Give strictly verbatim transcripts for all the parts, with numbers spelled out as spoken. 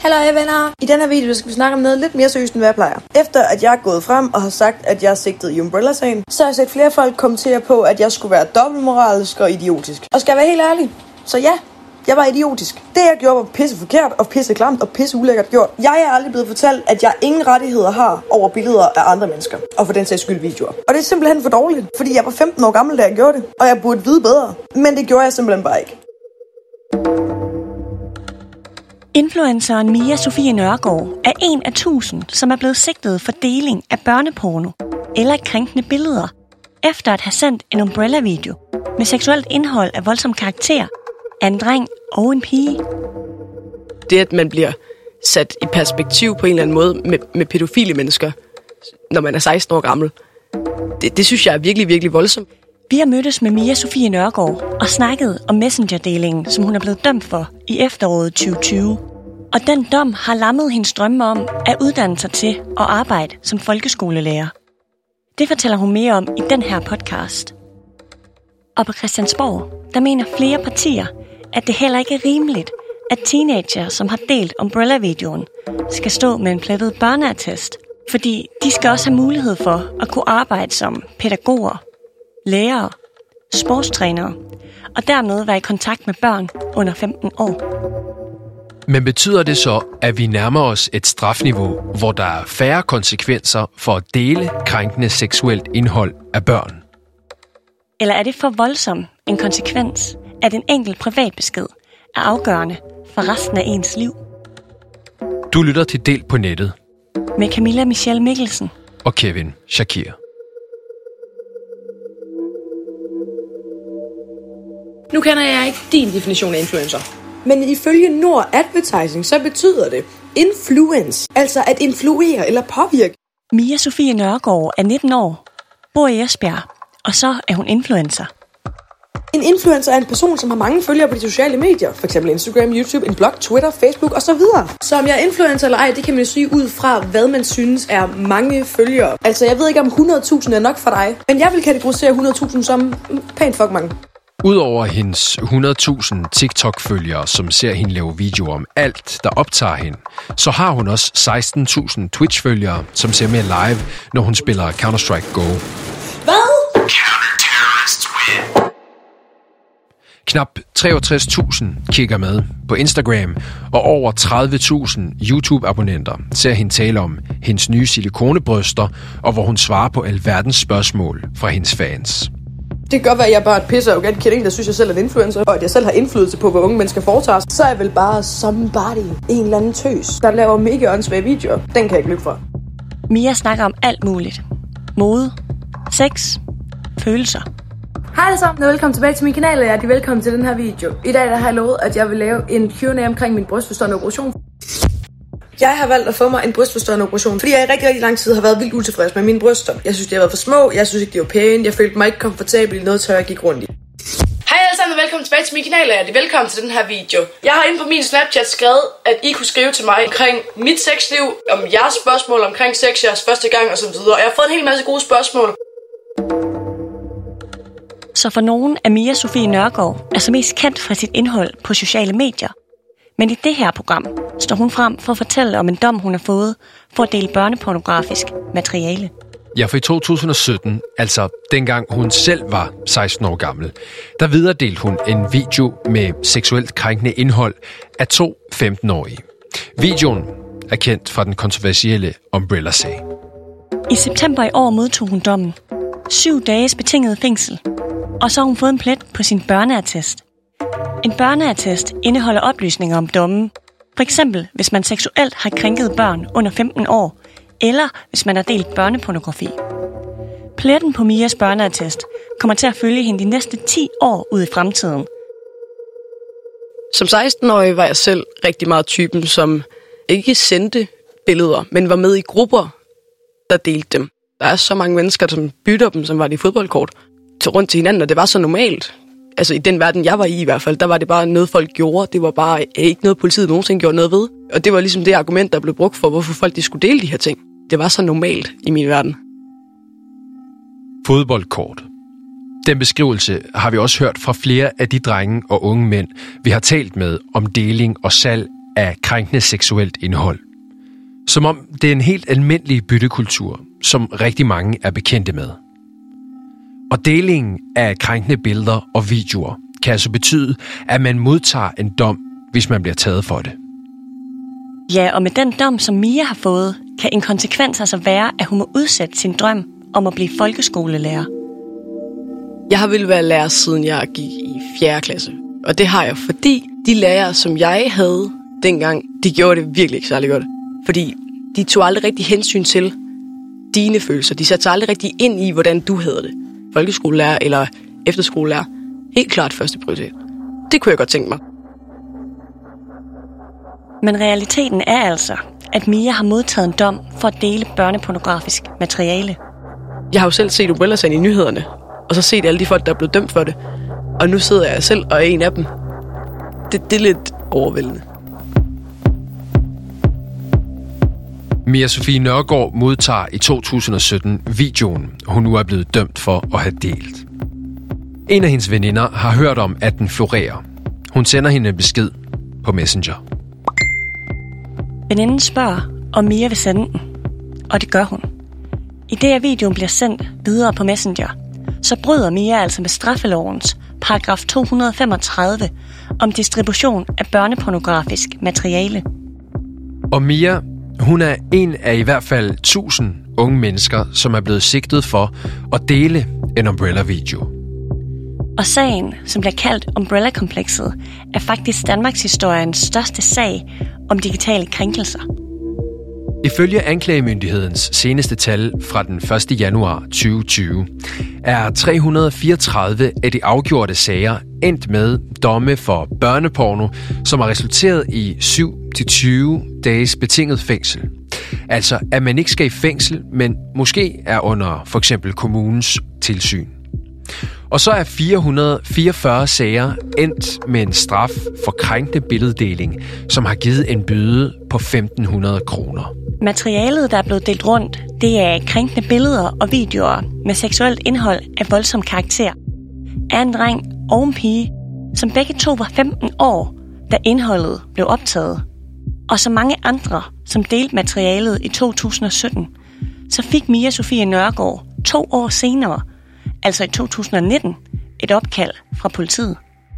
Hallo venner! I denne video skal vi snakke om noget lidt mere seriøst end hvad jeg plejer. Efter at jeg er gået frem og har sagt, at jeg er sigtet i Umbrella-sagen, så har jeg set flere folk kommentere på, at jeg skulle være dobbeltmoralsk og idiotisk. Og skal jeg være helt ærlig? Så ja, jeg var idiotisk. Det jeg gjorde var pisse forkert og pisse klamt og pisse ulækkert gjort. Jeg er aldrig blevet fortalt, at jeg ingen rettigheder har over billeder af andre mennesker. Og for den sags skyld videoer. Og det er simpelthen for dårligt, fordi jeg var femten år gammel, da jeg gjorde det. Og jeg burde vide bedre. Men det gjorde jeg simpelthen bare ikke. Influenceren Mia Sofie Nørgaard er en af tusind, som er blevet sigtet for deling af børneporno eller krænkende billeder, efter at have sendt en Umbrella-video med seksuelt indhold af voldsom karakter af en dreng og en pige. Det, at man bliver sat i perspektiv på en eller anden måde med, med pædofile mennesker, når man er seksten år gammel, det, det synes jeg er virkelig, virkelig voldsomt. Vi har mødtes med Mia Sofie Nørgaard og snakket om Messenger-delingen, som hun er blevet dømt for i efteråret tyve tyve. Og den dom har lammet hendes drømme om at uddanne sig til at arbejde som folkeskolelærer. Det fortæller hun mere om i den her podcast. Og på Christiansborg, der mener flere partier, at det heller ikke er rimeligt, at teenager, som har delt Umbrella-videoen, skal stå med en plettet børneattest, fordi de skal også have mulighed for at kunne arbejde som pædagoger, lærere, sportstrænere og dermed være i kontakt med børn under femten år. Men betyder det så, at vi nærmer os et strafniveau, hvor der er færre konsekvenser for at dele krænkende seksuelt indhold af børn? Eller er det for voldsom en konsekvens, at en enkelt privatbesked er afgørende for resten af ens liv? Du lytter til Del på nettet med Camilla Michelle Mikkelsen og Kevin Shakir. Nu kender jeg ikke din definition af influencer. Men ifølge Nord Advertising, så betyder det influence, altså at influere eller påvirke. Mia Sofie Nørgaard er nitten år, bor i Esbjerg, og så er hun influencer. En influencer er en person, som har mange følgere på de sociale medier, f.eks. Instagram, YouTube, en blog, Twitter, Facebook osv. Så om jeg er influencer eller ej, det kan man jo sige ud fra, hvad man synes er mange følgere. Altså jeg ved ikke, om hundrede tusind er nok for dig, men jeg vil kategorisere hundrede tusind som pænt fuck mange. Udover hendes hundrede tusind TikTok-følgere, som ser hende lave videoer om alt, der optager hende, så har hun også seksten tusind Twitch-følgere, som ser mere live, når hun spiller Counter-Strike Go. Hvad? Counter-terrorists win. Knap treogtres tusind kigger med på Instagram, og over tredive tusind YouTube-abonnenter ser hende tale om hendes nye silikonebryster, og hvor hun svarer på alverdens spørgsmål fra hendes fans. Det kan godt være, at jeg bare er et pisse og arrogant kidding, der synes, jeg selv er en influencer, og at jeg selv har indflydelse på, hvad unge mennesker foretager. Så er jeg vel bare somebody, en eller anden tøs, der laver mega åndssvage videoer. Den kan jeg ikke løbe fra. Mia snakker om alt muligt. Mode, sex, følelser. Hej alle sammen, og velkommen tilbage til min kanal, og jeg er velkommen til den her video. I dag der har jeg lovet, at jeg vil lave en Q and A omkring min brystforstørrende operation. Jeg har valgt at få mig en brystforstørrende operation, fordi jeg i rigtig, rigtig lang tid har været vildt utilfreds med mine bryster. Jeg synes, de har været for små, jeg synes ikke, de var pæne, jeg følte mig ikke komfortabel i noget tøj, jeg gik rundt i. Hej alle sammen, og velkommen tilbage til min kanal, og jeg er velkommen til den her video. Jeg har inde på min Snapchat skrevet, at I kunne skrive til mig omkring mit sexliv, om jeres spørgsmål omkring sex, jeres første gang og så videre. Og jeg har fået en hel masse gode spørgsmål. Så for nogen er Mia Sofie Nørgaard altså mest kendt fra sit indhold på sociale medier. Men i det her program står hun frem for at fortælle om en dom, hun har fået for at dele børnepornografisk materiale. Ja, for i to tusind og sytten, altså dengang hun selv var seksten år gammel, der videredelte hun en video med seksuelt krænkende indhold af to femten-årige. Videoen er kendt fra den kontroversielle Umbrella-sag. I september i år modtog hun dommen. Syv dages betinget fængsel. Og så har hun fået en plet på sin børneattest. En børneattest indeholder oplysninger om dommen. For eksempel, hvis man seksuelt har krænket børn under femten år, eller hvis man har delt børnepornografi. Pletten på Mias børneattest kommer til at følge hende de næste ti år ud i fremtiden. Som seksten-årig var jeg selv rigtig meget typen, som ikke sendte billeder, men var med i grupper, der delte dem. Der er så mange mennesker, som bytter dem, som var det i fodboldkort, til rundt til hinanden, og det var så normalt. Altså i den verden, jeg var i i hvert fald, der var det bare noget, folk gjorde. Det var bare ikke noget, politiet nogensinde gjorde noget ved. Og det var ligesom det argument, der blev brugt for, hvorfor folk de skulle dele de her ting. Det var så normalt i min verden. Fodboldkort. Den beskrivelse har vi også hørt fra flere af de drenge og unge mænd, vi har talt med om deling og salg af krænkende seksuelt indhold. Som om det er en helt almindelig byttekultur, som rigtig mange er bekendte med. Og delingen af krænkende billeder og videoer kan altså betyde, at man modtager en dom, hvis man bliver taget for det. Ja, og med den dom, som Mia har fået, kan en konsekvens altså være, at hun må udsætte sin drøm om at blive folkeskolelærer. Jeg har vel været lærer, siden jeg gik i fjerde klasse. Og det har jeg, fordi de lærere, som jeg havde dengang, de gjorde det virkelig ikke særlig godt. Fordi de tog aldrig rigtig hensyn til dine følelser. De satte sig aldrig rigtig ind i, hvordan du havde det. Folkeskolelærer eller efterskolelærer. Helt klart første prioritet. Det kunne jeg godt tænke mig. Men realiteten er altså, at Mia har modtaget en dom for at dele børnepornografisk materiale. Jeg har jo selv set Umbrella-sagen i nyhederne, og så set alle de folk, der er blevet dømt for det. Og nu sidder jeg selv og er en af dem. Det, det er lidt overvældende. Mia Sofie Nørgaard modtager i to tusind og sytten videoen, hun nu er blevet dømt for at have delt. En af hendes veninder har hørt om, at den florerer. Hun sender hende en besked på Messenger. Veninden spørger, om Mia vil sende den, og det gør hun. I det, at videoen bliver sendt videre på Messenger, så bryder Mia altså med straffelovens paragraf to hundrede femogtredive om distribution af børnepornografisk materiale. Og Mia, hun er en af i hvert fald tusind unge mennesker, som er blevet sigtet for at dele en Umbrella-video. Og sagen, som bliver kaldt Umbrella-komplekset, er faktisk Danmarks historiens største sag om digitale krænkelser. Ifølge anklagemyndighedens seneste tal fra den første januar tyve tyve, er tre hundrede og fireogtredive af de afgjorte sager endt med domme for børneporno, som har resulteret i syv til tyve dages betinget fængsel. Altså, at man ikke skal i fængsel, men måske er under for eksempel kommunens tilsyn. Og så er fire hundrede og fireogfyrre sager endt med en straf for krænkende billeddeling, som har givet en bøde på femten hundrede kroner. Materialet, der er blevet delt rundt, det er krænkende billeder og videoer med seksuelt indhold af voldsom karakter. Er en dreng og en pige, som begge to var femten år, da indholdet blev optaget. Og så mange andre, som delte materialet i to tusind og sytten, så fik Mia Sofie Nørgaard to år senere, altså i to tusind og nitten, et opkald fra politiet.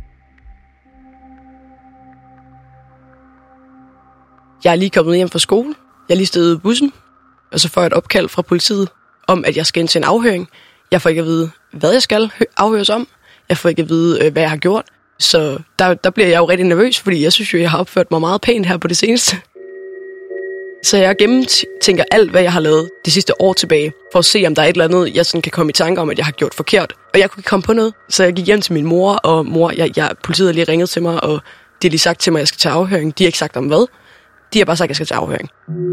Jeg er lige kommet hjem fra skole. Jeg er lige stedet i bussen, og så får jeg et opkald fra politiet om, at jeg skal ind til en afhøring. Jeg får ikke at vide, hvad jeg skal afhøres om. Jeg får ikke at vide, hvad jeg har gjort. Så der, der bliver jeg jo rigtig nervøs, fordi jeg synes jo, jeg har opført mig meget pænt her på det seneste. Så jeg gennemtænker alt, hvad jeg har lavet det sidste år tilbage, for at se, om der er et eller andet, jeg sådan kan komme i tanke om, at jeg har gjort forkert. Og jeg kunne ikke komme på noget. Så jeg gik hjem til min mor, og mor, jeg, jeg, politiet har lige ringet til mig, og de har lige sagt til mig, at jeg skal til afhøring. De har ikke sagt om hvad. De har bare sagt, at jeg skal til afhøring.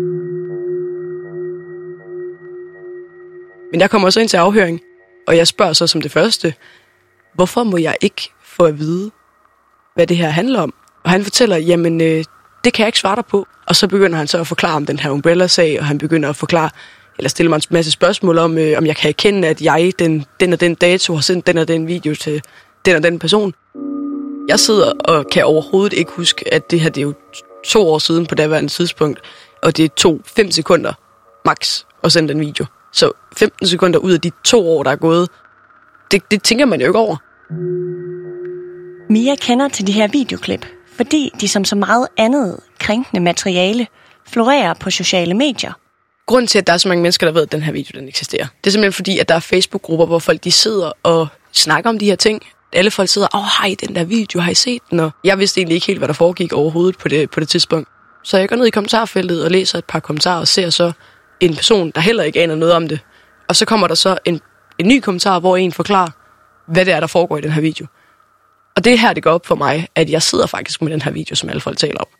Men jeg kommer også ind til afhøring, og jeg spørger så som det første, hvorfor må jeg ikke få at vide, hvad det her handler om? Og han fortæller, jamen, øh, det kan jeg ikke svare dig på. Og så begynder han så at forklare om den her Umbrella-sag, og han begynder at forklare, eller stille mig en masse spørgsmål om, øh, om jeg kan erkende, at jeg den, den og den dato har sendt den og den video til den og den person. Jeg sidder og kan overhovedet ikke huske, at det her det er jo to år siden på daværende tidspunkt, og det tog fem sekunder max at sende den video. Så femten sekunder ud af de to år, der er gået, det, det tænker man jo ikke over. Mia kender til de her videoklip, fordi de som så meget andet krænkende materiale florerer på sociale medier. Grunden til, at der er så mange mennesker, der ved, at den her video den eksisterer, det er simpelthen fordi, at der er Facebook-grupper, hvor folk de sidder og snakker om de her ting. Alle folk sidder, åh, oh, hej, den der video, har I set den? Og jeg vidste egentlig ikke helt, hvad der foregik overhovedet på det, på det tidspunkt. Så jeg går ned i kommentarfeltet og læser et par kommentarer og ser så en person, der heller ikke aner noget om det. Og så kommer der så en, en ny kommentar, hvor en forklarer, hvad det er, der foregår i den her video. Og det er her, det går op for mig, at jeg sidder faktisk med den her video, som alle folk taler om.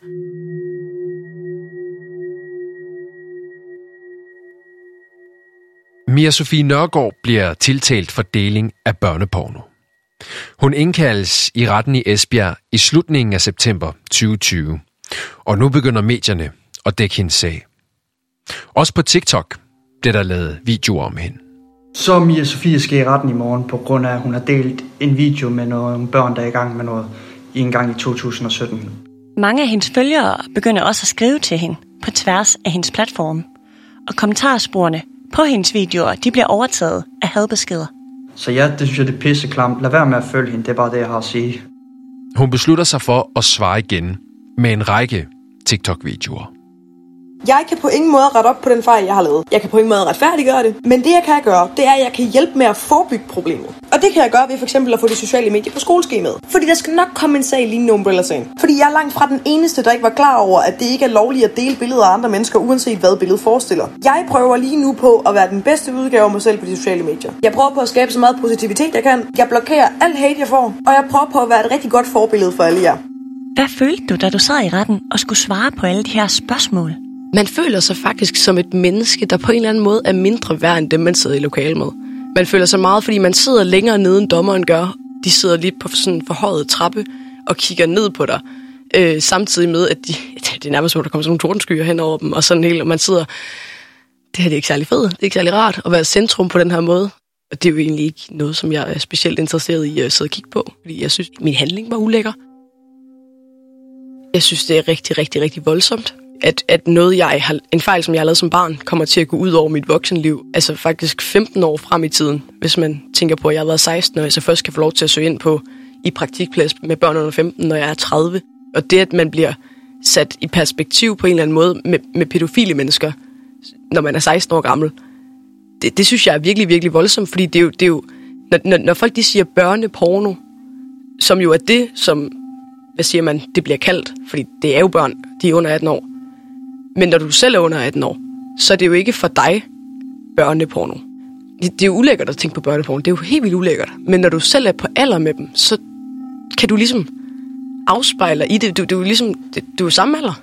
Mia Sofie Nørgaard bliver tiltalt for deling af børneporno. Hun indkaldes i retten i Esbjerg i slutningen af september tyve tyve, og nu begynder medierne at dække hendes sag. Også på TikTok bliver der lavet videoer om hende. Så Mia Sofie skal i retten i morgen, på grund af, at hun har delt en video med nogle børn, der er i gang med noget, en gang i to tusind og sytten. Mange af hendes følgere begynder også at skrive til hende på tværs af hendes platforme. Og kommentarsporene på hendes videoer, de bliver overtaget af hadbeskeder. Så ja, det synes jeg, det er pisseklamt. Lad være med at følge hende, det er bare det, jeg har at sige. Hun beslutter sig for at svare igen med en række TikTok-videoer. Jeg kan på ingen måde rette op på den fejl, jeg har lavet. Jeg kan på ingen måde retfærdiggøre det. Men det, jeg kan gøre, det er, at jeg kan hjælpe med at forebygge problemet. Og det kan jeg gøre ved for eksempel at få de sociale medier på skoleskemaet. Fordi der skal nok komme en sag lignende Umbrella-sagen. Fordi jeg er langt fra den eneste, der ikke var klar over, at det ikke er lovligt at dele billeder af andre mennesker, uanset hvad billedet forestiller. Jeg prøver lige nu på at være den bedste udgave af mig selv på de sociale medier. Jeg prøver på at skabe så meget positivitet, jeg kan. Jeg blokerer alt hate, jeg får. Og jeg prøver på at være et rigtig godt forbillede for alle jer. Hvad følte du, da du sad i retten og skulle svare på alle de her spørgsmål? Man føler sig faktisk som et menneske, der på en eller anden måde er mindre værd end dem, man sidder i lokale med. Man føler sig meget, fordi man sidder længere nede, end dommeren gør. De sidder lige på sådan en forhøjet trappe og kigger ned på dig. Øh, samtidig med, at de, det er nærmest, hvor der kommer sådan nogle tordenskyer hen over dem, og sådan helt, og man sidder... Det her det er ikke særlig fedt. Det er ikke særlig rart at være centrum på den her måde. Og det er jo egentlig ikke noget, som jeg er specielt interesseret i at sidde og kigge på, fordi jeg synes, min handling var ulækker. Jeg synes, det er rigtig, rigtig, rigtig voldsomt. At, at noget, jeg har, en fejl, som jeg har lavet som barn, kommer til at gå ud over mit voksenliv. Altså faktisk femten år frem i tiden, hvis man tænker på, at jeg har været seksten, og jeg så først kan få lov til at søge ind på i praktikplads med børn under femten, når jeg er tredive. Og det, at man bliver sat i perspektiv på en eller anden måde med, med pædofile mennesker, når man er seksten år gammel, det, det synes jeg er virkelig, virkelig voldsomt, fordi det er jo, det er jo når, når folk de siger børneporno, som jo er det, som, hvad siger man, det bliver kaldt, fordi det er jo børn, de er under atten år. Men når du selv er under atten år, så er det jo ikke for dig børneporno. Det, det er jo ulækkert at tænke på børneporno. Det er jo helt vildt ulækkert. Men når du selv er på alder med dem, så kan du ligesom afspejle i det. Du, du er jo ligesom, det, du er samme alder.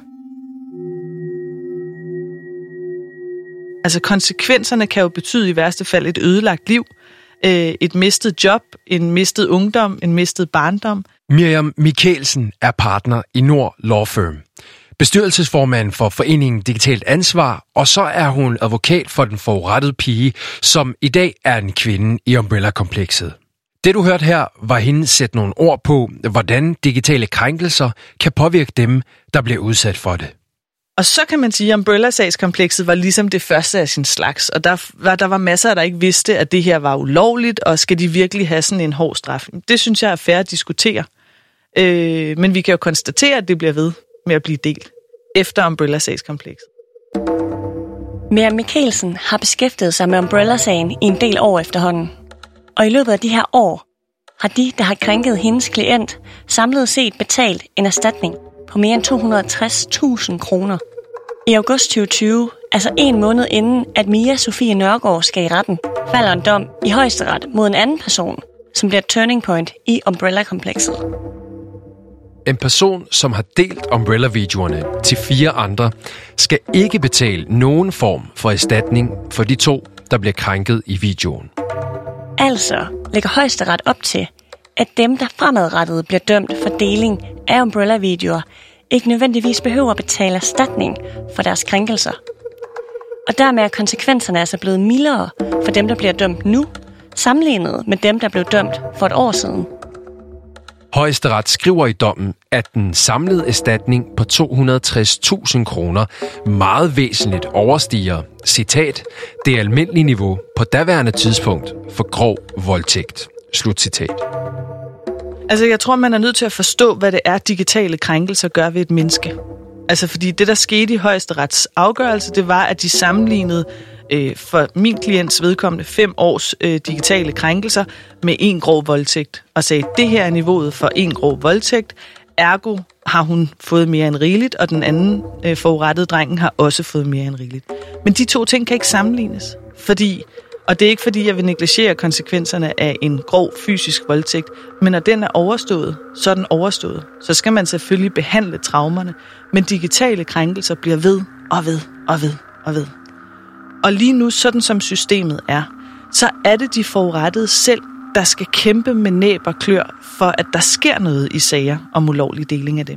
Altså konsekvenserne kan jo betyde i værste fald et ødelagt liv, øh, et mistet job, en mistet ungdom, en mistet barndom. Miriam Michaelsen er partner i Nord Law Firm. Bestyrelsesformand for foreningen Digitalt Ansvar, og så er hun advokat for den forurettede pige, som i dag er en kvinde i Umbrella-komplekset. Det du hørte her, var hende sætte nogle ord på, hvordan digitale krænkelser kan påvirke dem, der bliver udsat for det. Og så kan man sige, at Umbrella-sagskomplekset var ligesom det første af sin slags, og der var, der var masser, der ikke vidste, at det her var ulovligt, og skal de virkelig have sådan en hård straf? Det synes jeg er fair at diskutere. Øh, men vi kan jo konstatere, at det bliver ved med at blive delt efter Umbrella-sagskomplekset. Miriam Michaelsen har beskæftiget sig med Umbrella-sagen i en del år efterhånden. Og i løbet af de her år har de, der har krænket hendes klient, samlet set betalt en erstatning på mere end to hundrede og tres tusind kroner. I august tyve tyve, altså en måned inden, at Mia Sofie Nørgaard skal i retten, falder en dom i højesteret mod en anden person, som bliver et turning point i Umbrella-komplekset. En person, som har delt Umbrella-videoerne til fire andre, skal ikke betale nogen form for erstatning for de to, der bliver krænket i videoen. Altså lægger højesteret op til, at dem, der fremadrettet bliver dømt for deling af Umbrella-videoer, ikke nødvendigvis behøver at betale erstatning for deres krænkelser. Og dermed er konsekvenserne altså blevet mildere for dem, der bliver dømt nu, sammenlignet med dem, der blev dømt for et år siden. Højesteret skriver i dommen, at den samlede erstatning på to hundrede og tres tusind kroner meget væsentligt overstiger, citat, det almindelige niveau på daværende tidspunkt for grov voldtægt. Slut citat. Altså, jeg tror, man er nødt til at forstå, hvad det er, digitale krænkelser gør ved et menneske. Altså, fordi det, der skete i højesterets afgørelse, det var, at de sammenlignede øh, for min klients vedkommende fem års øh, digitale krænkelser med en grov voldtægt. Og sagde, det her er niveauet for en grov voldtægt. Ergo har hun fået mere end rigeligt, og den anden øh, forurettede drengen har også fået mere end rigeligt. Men de to ting kan ikke sammenlignes, fordi... Og det er ikke, fordi jeg vil negligere konsekvenserne af en grov fysisk voldtægt, men når den er overstået, så er den overstået. Så skal man selvfølgelig behandle traumerne, men digitale krænkelser bliver ved og ved og ved og ved. Og lige nu, sådan som systemet er, så er det de forurettede selv, der skal kæmpe med næb og klør, for at der sker noget i sager om ulovlig deling af dem.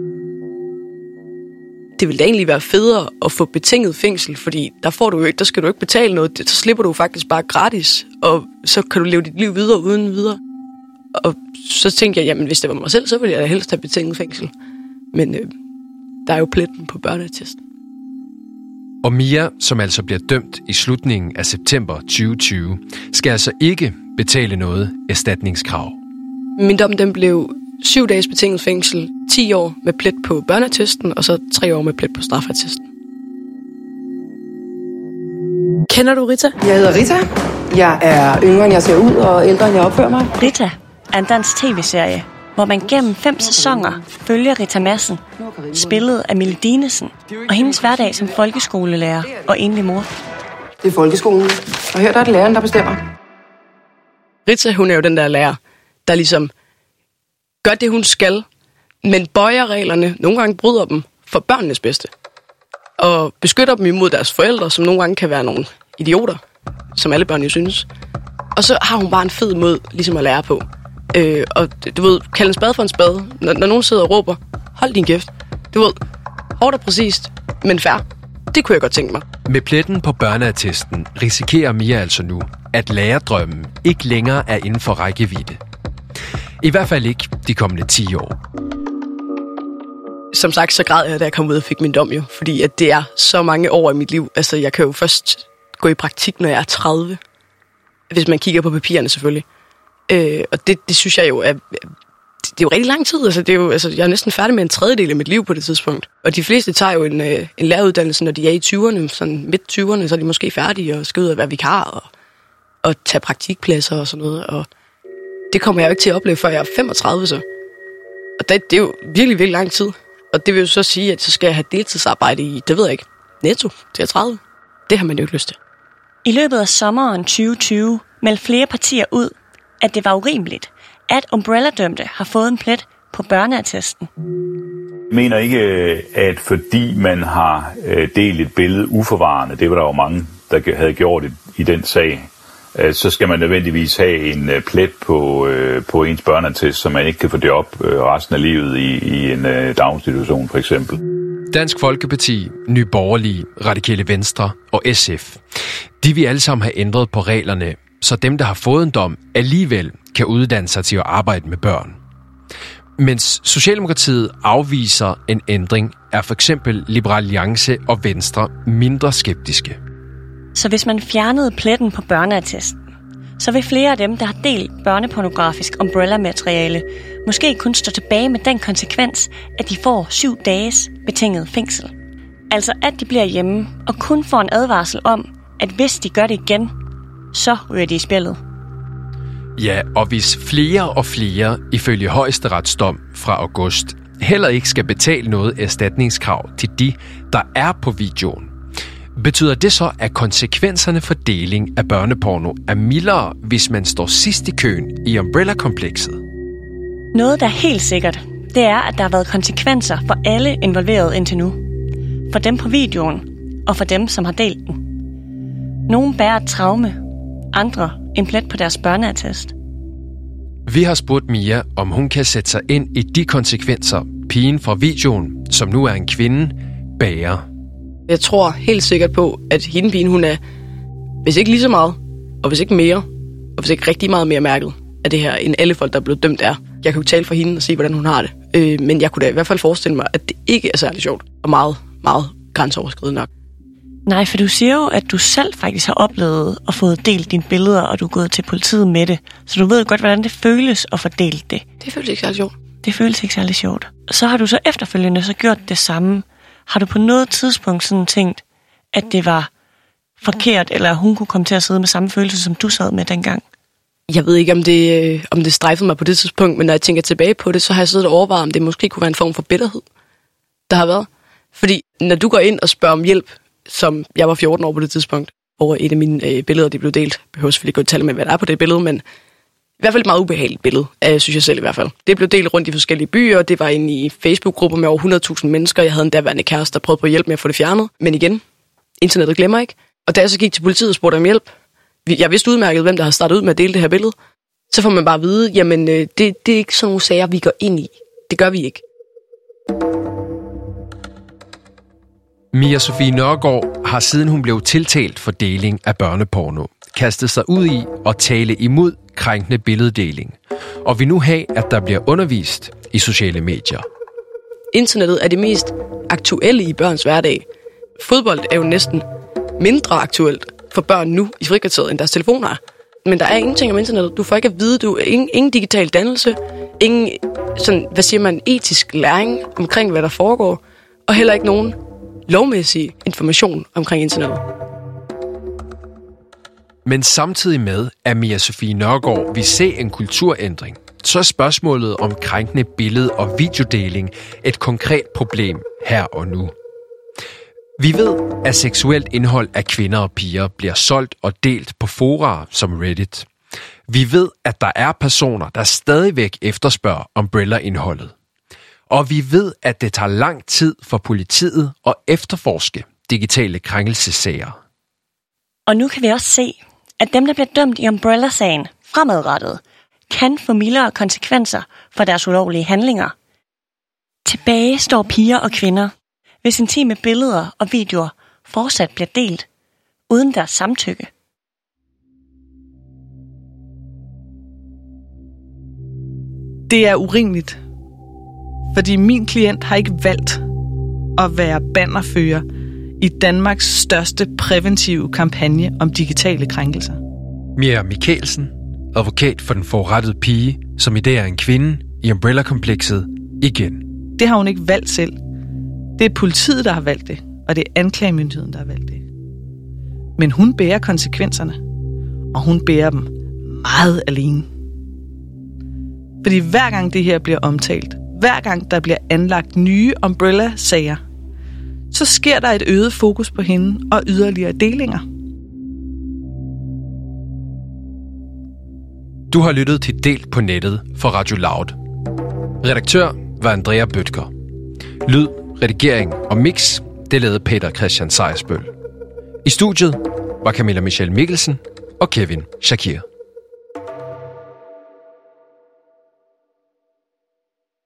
Det ville da egentlig være federe at få betinget fængsel, fordi der, får du jo ikke, der skal du ikke betale noget, så slipper du faktisk bare gratis, og så kan du leve dit liv videre uden videre. Og så tænkte jeg, jamen hvis det var mig selv, så ville jeg da helst have betinget fængsel. Men øh, der er jo pletten på børneattesten. Og Mia, som altså bliver dømt i slutningen af september tyve tyve, skal altså ikke betale noget erstatningskrav. Min dom den blev syv dages betinget fængsel, ti år med plet på børneattesten, og så tre år med plet på straffattesten. Kender du Rita? Jeg hedder Rita. Jeg er yngre, end jeg ser ud, og ældre, end jeg opfører mig. Rita er en dansk tv-serie, hvor man gennem fem sæsoner følger Rita Madsen, spillet af Mille Dinesen, og hendes hverdag som folkeskolelærer og enlig mor. Det er folkeskolen, og her der er det læreren, der bestemmer. Rita, hun er jo den der lærer, der ligesom gør det, hun skal, men bøjer reglerne, nogle gange bryder dem for børnenes bedste. Og beskytter dem imod deres forældre, som nogle gange kan være nogle idioter, som alle børn jo synes. Og så har hun bare en fed måde ligesom at lære på. Øh, og du ved, kald en spade for en spade. Når, når nogen sidder og råber, hold din kæft. Du ved, hårdt og præcist, men fair. Det kunne jeg godt tænke mig. Med pletten på børneattesten risikerer Mia altså nu, at lærerdrømmen ikke længere er inden for rækkevidde. I hvert fald ikke de kommende ti år. Som sagt, så græd jeg, da jeg kom ud og fik min dom jo. Fordi at det er så mange år i mit liv. Altså, jeg kan jo først gå i praktik, når jeg er tredive. Hvis man kigger på papirerne selvfølgelig. Øh, og det, det synes jeg jo er... Det er jo rigtig lang tid. Altså, det er jo, altså, jeg er næsten færdig med en tredjedel af mit liv på det tidspunkt. Og de fleste tager jo en, øh, en læreruddannelse, når de er i tyverne, sådan midt tyverne, så er de måske færdige og skal ud og være vikar og, og tage praktikpladser og sådan noget. Og det kommer jeg jo ikke til at opleve, før jeg er femogtredive så. Og det, det er jo virkelig, virkelig lang tid. Og det vil jo så sige, at så skal jeg have deltidsarbejde i, det ved jeg ikke, netto til jeg tredive. Det har man jo ikke lyst til. I løbet af sommeren tyve tyve meldte flere partier ud, at det var urimeligt, at Umbrella-dømte har fået en plet på børneattesten. Jeg mener ikke, at fordi man har delt et billede uforvarende, det var der jo mange, der havde gjort i den sag, så skal man nødvendigvis have en plet på, på ens børneattest, så man ikke kan få det op resten af livet i, i en daginstitution for eksempel. Dansk Folkeparti, Nye Borgerlige, Radikale Venstre og S F, de vil alle sammen have ændret på reglerne, så dem, der har fået en dom, alligevel kan uddanne sig til at arbejde med børn. Mens Socialdemokratiet afviser en ændring, er for eksempel Liberal Alliance og Venstre mindre skeptiske. Så hvis man fjernede pletten på børneattesten, så vil flere af dem, der har delt børnepornografisk umbrella-materiale, måske kun stå tilbage med den konsekvens, at de får syv dages betinget fængsel. Altså at de bliver hjemme og kun får en advarsel om, at hvis de gør det igen, så ryger de i spillet. Ja, og hvis flere og flere, ifølge højesteretsdom fra august, heller ikke skal betale noget erstatningskrav til de, der er på videoen, betyder det så, at konsekvenserne for deling af børneporno er mildere, hvis man står sidst i køen i Umbrella-komplekset? Noget, der er helt sikkert, det er, at der har været konsekvenser for alle involverede indtil nu. For dem på videoen, og for dem, som har delt den. Nogle bærer et traume, andre en plet på deres børneattest. Vi har spurgt Mia, om hun kan sætte sig ind i de konsekvenser, pigen fra videoen, som nu er en kvinde, bærer. Jeg tror helt sikkert på, at hende pigen, hun er, hvis ikke lige så meget, og hvis ikke mere, og hvis ikke rigtig meget mere mærket af det her, end alle folk, der er blevet dømt er. Jeg kan jo tale for hende og sige, hvordan hun har det. Øh, men jeg kunne da i hvert fald forestille mig, at det ikke er særlig sjovt, og meget, meget grænseoverskridende nok. Nej, for du siger jo, at du selv faktisk har oplevet at få delt dine billeder, og du er gået til politiet med det. Så du ved godt, hvordan det føles at få delt det. Det føles ikke særlig sjovt. Det føles ikke særlig sjovt. Så har du så efterfølgende så gjort det samme. Har du på noget tidspunkt sådan tænkt, at det var forkert, eller hun kunne komme til at sidde med samme følelse, som du sad med dengang? Jeg ved ikke, om det, om det strejfede mig på det tidspunkt, men når jeg tænker tilbage på det, så har jeg siddet og overvejet, om det måske kunne være en form for bitterhed, der har været. Fordi når du går ind og spørger om hjælp, som jeg var fjorten år på det tidspunkt, over et af mine øh, billeder, de blev delt. Jeg behøver selvfølgelig ikke at tale med, hvad der er på det billede, men i hvert fald et meget ubehageligt billede, øh, synes jeg selv i hvert fald. Det blev delt rundt i forskellige byer, og det var inde i Facebook-grupper med over hundrede tusind mennesker. Jeg havde en daværende kæreste, der prøvede på at hjælpe med at få det fjernet. Men igen, internettet glemmer ikke. Og da jeg så gik til politiet og spurgte om hjælp, jeg vidste udmærket, hvem der havde startet ud med at dele det her billede, så får man bare at vide, jamen øh, det, det er ikke sådan nogle sager, vi går ind i. Det gør vi ikke. Mia Sofie Nørgaard har siden hun blev tiltalt for deling af børneporno, kastet sig ud i at tale imod krænkende billeddeling, og vil nu have, at der bliver undervist i sociale medier. internettet er det mest aktuelle i børns hverdag. Fodbold er jo næsten mindre aktuelt for børn nu i frikvarteret, end deres telefoner er. Men der er ingenting om internettet. Du får ikke at vide, du er ingen, ingen digital dannelse, ingen sådan, hvad siger man, etisk læring omkring, hvad der foregår, og heller ikke nogen lovmæssig information omkring internettet. Men samtidig med, at Mia Sofie Nørgaard vil se en kulturændring, så er spørgsmålet om krænkende billede- og videodeling et konkret problem her og nu. Vi ved, at seksuelt indhold af kvinder og piger bliver solgt og delt på fora som Reddit. Vi ved, at der er personer, der stadigvæk efterspørger Umbrella-indholdet. Og vi ved, at det tager lang tid for politiet at efterforske digitale krænkelsessager. Og nu kan vi også se, at dem, der bliver dømt i Umbrella-sagen fremadrettet, kan få mildere konsekvenser for deres ulovlige handlinger. Tilbage står piger og kvinder, hvis intime billeder og videoer fortsat bliver delt uden deres samtykke. Det er urimeligt, fordi min klient har ikke valgt at være bannerfører i Danmarks største præventive kampagne om digitale krænkelser. Mia Mikkelsen, advokat for den forurettede pige, som i dag er en kvinde i Umbrella-komplekset igen. Det har hun ikke valgt selv. Det er politiet, der har valgt det, og det er anklagemyndigheden, der har valgt det. Men hun bærer konsekvenserne, og hun bærer dem meget alene. Fordi hver gang det her bliver omtalt, hver gang der bliver anlagt nye Umbrella-sager, så sker der et øget fokus på hende og yderligere delinger. Du har lyttet til Delt på nettet for Radio Loud. Redaktør var Andrea Bøtger. Lyd, redigering og mix, det lavede Peter Christian Sejersbøl. I studiet var Camilla Michelle Mikkelsen og Kevin Shakir.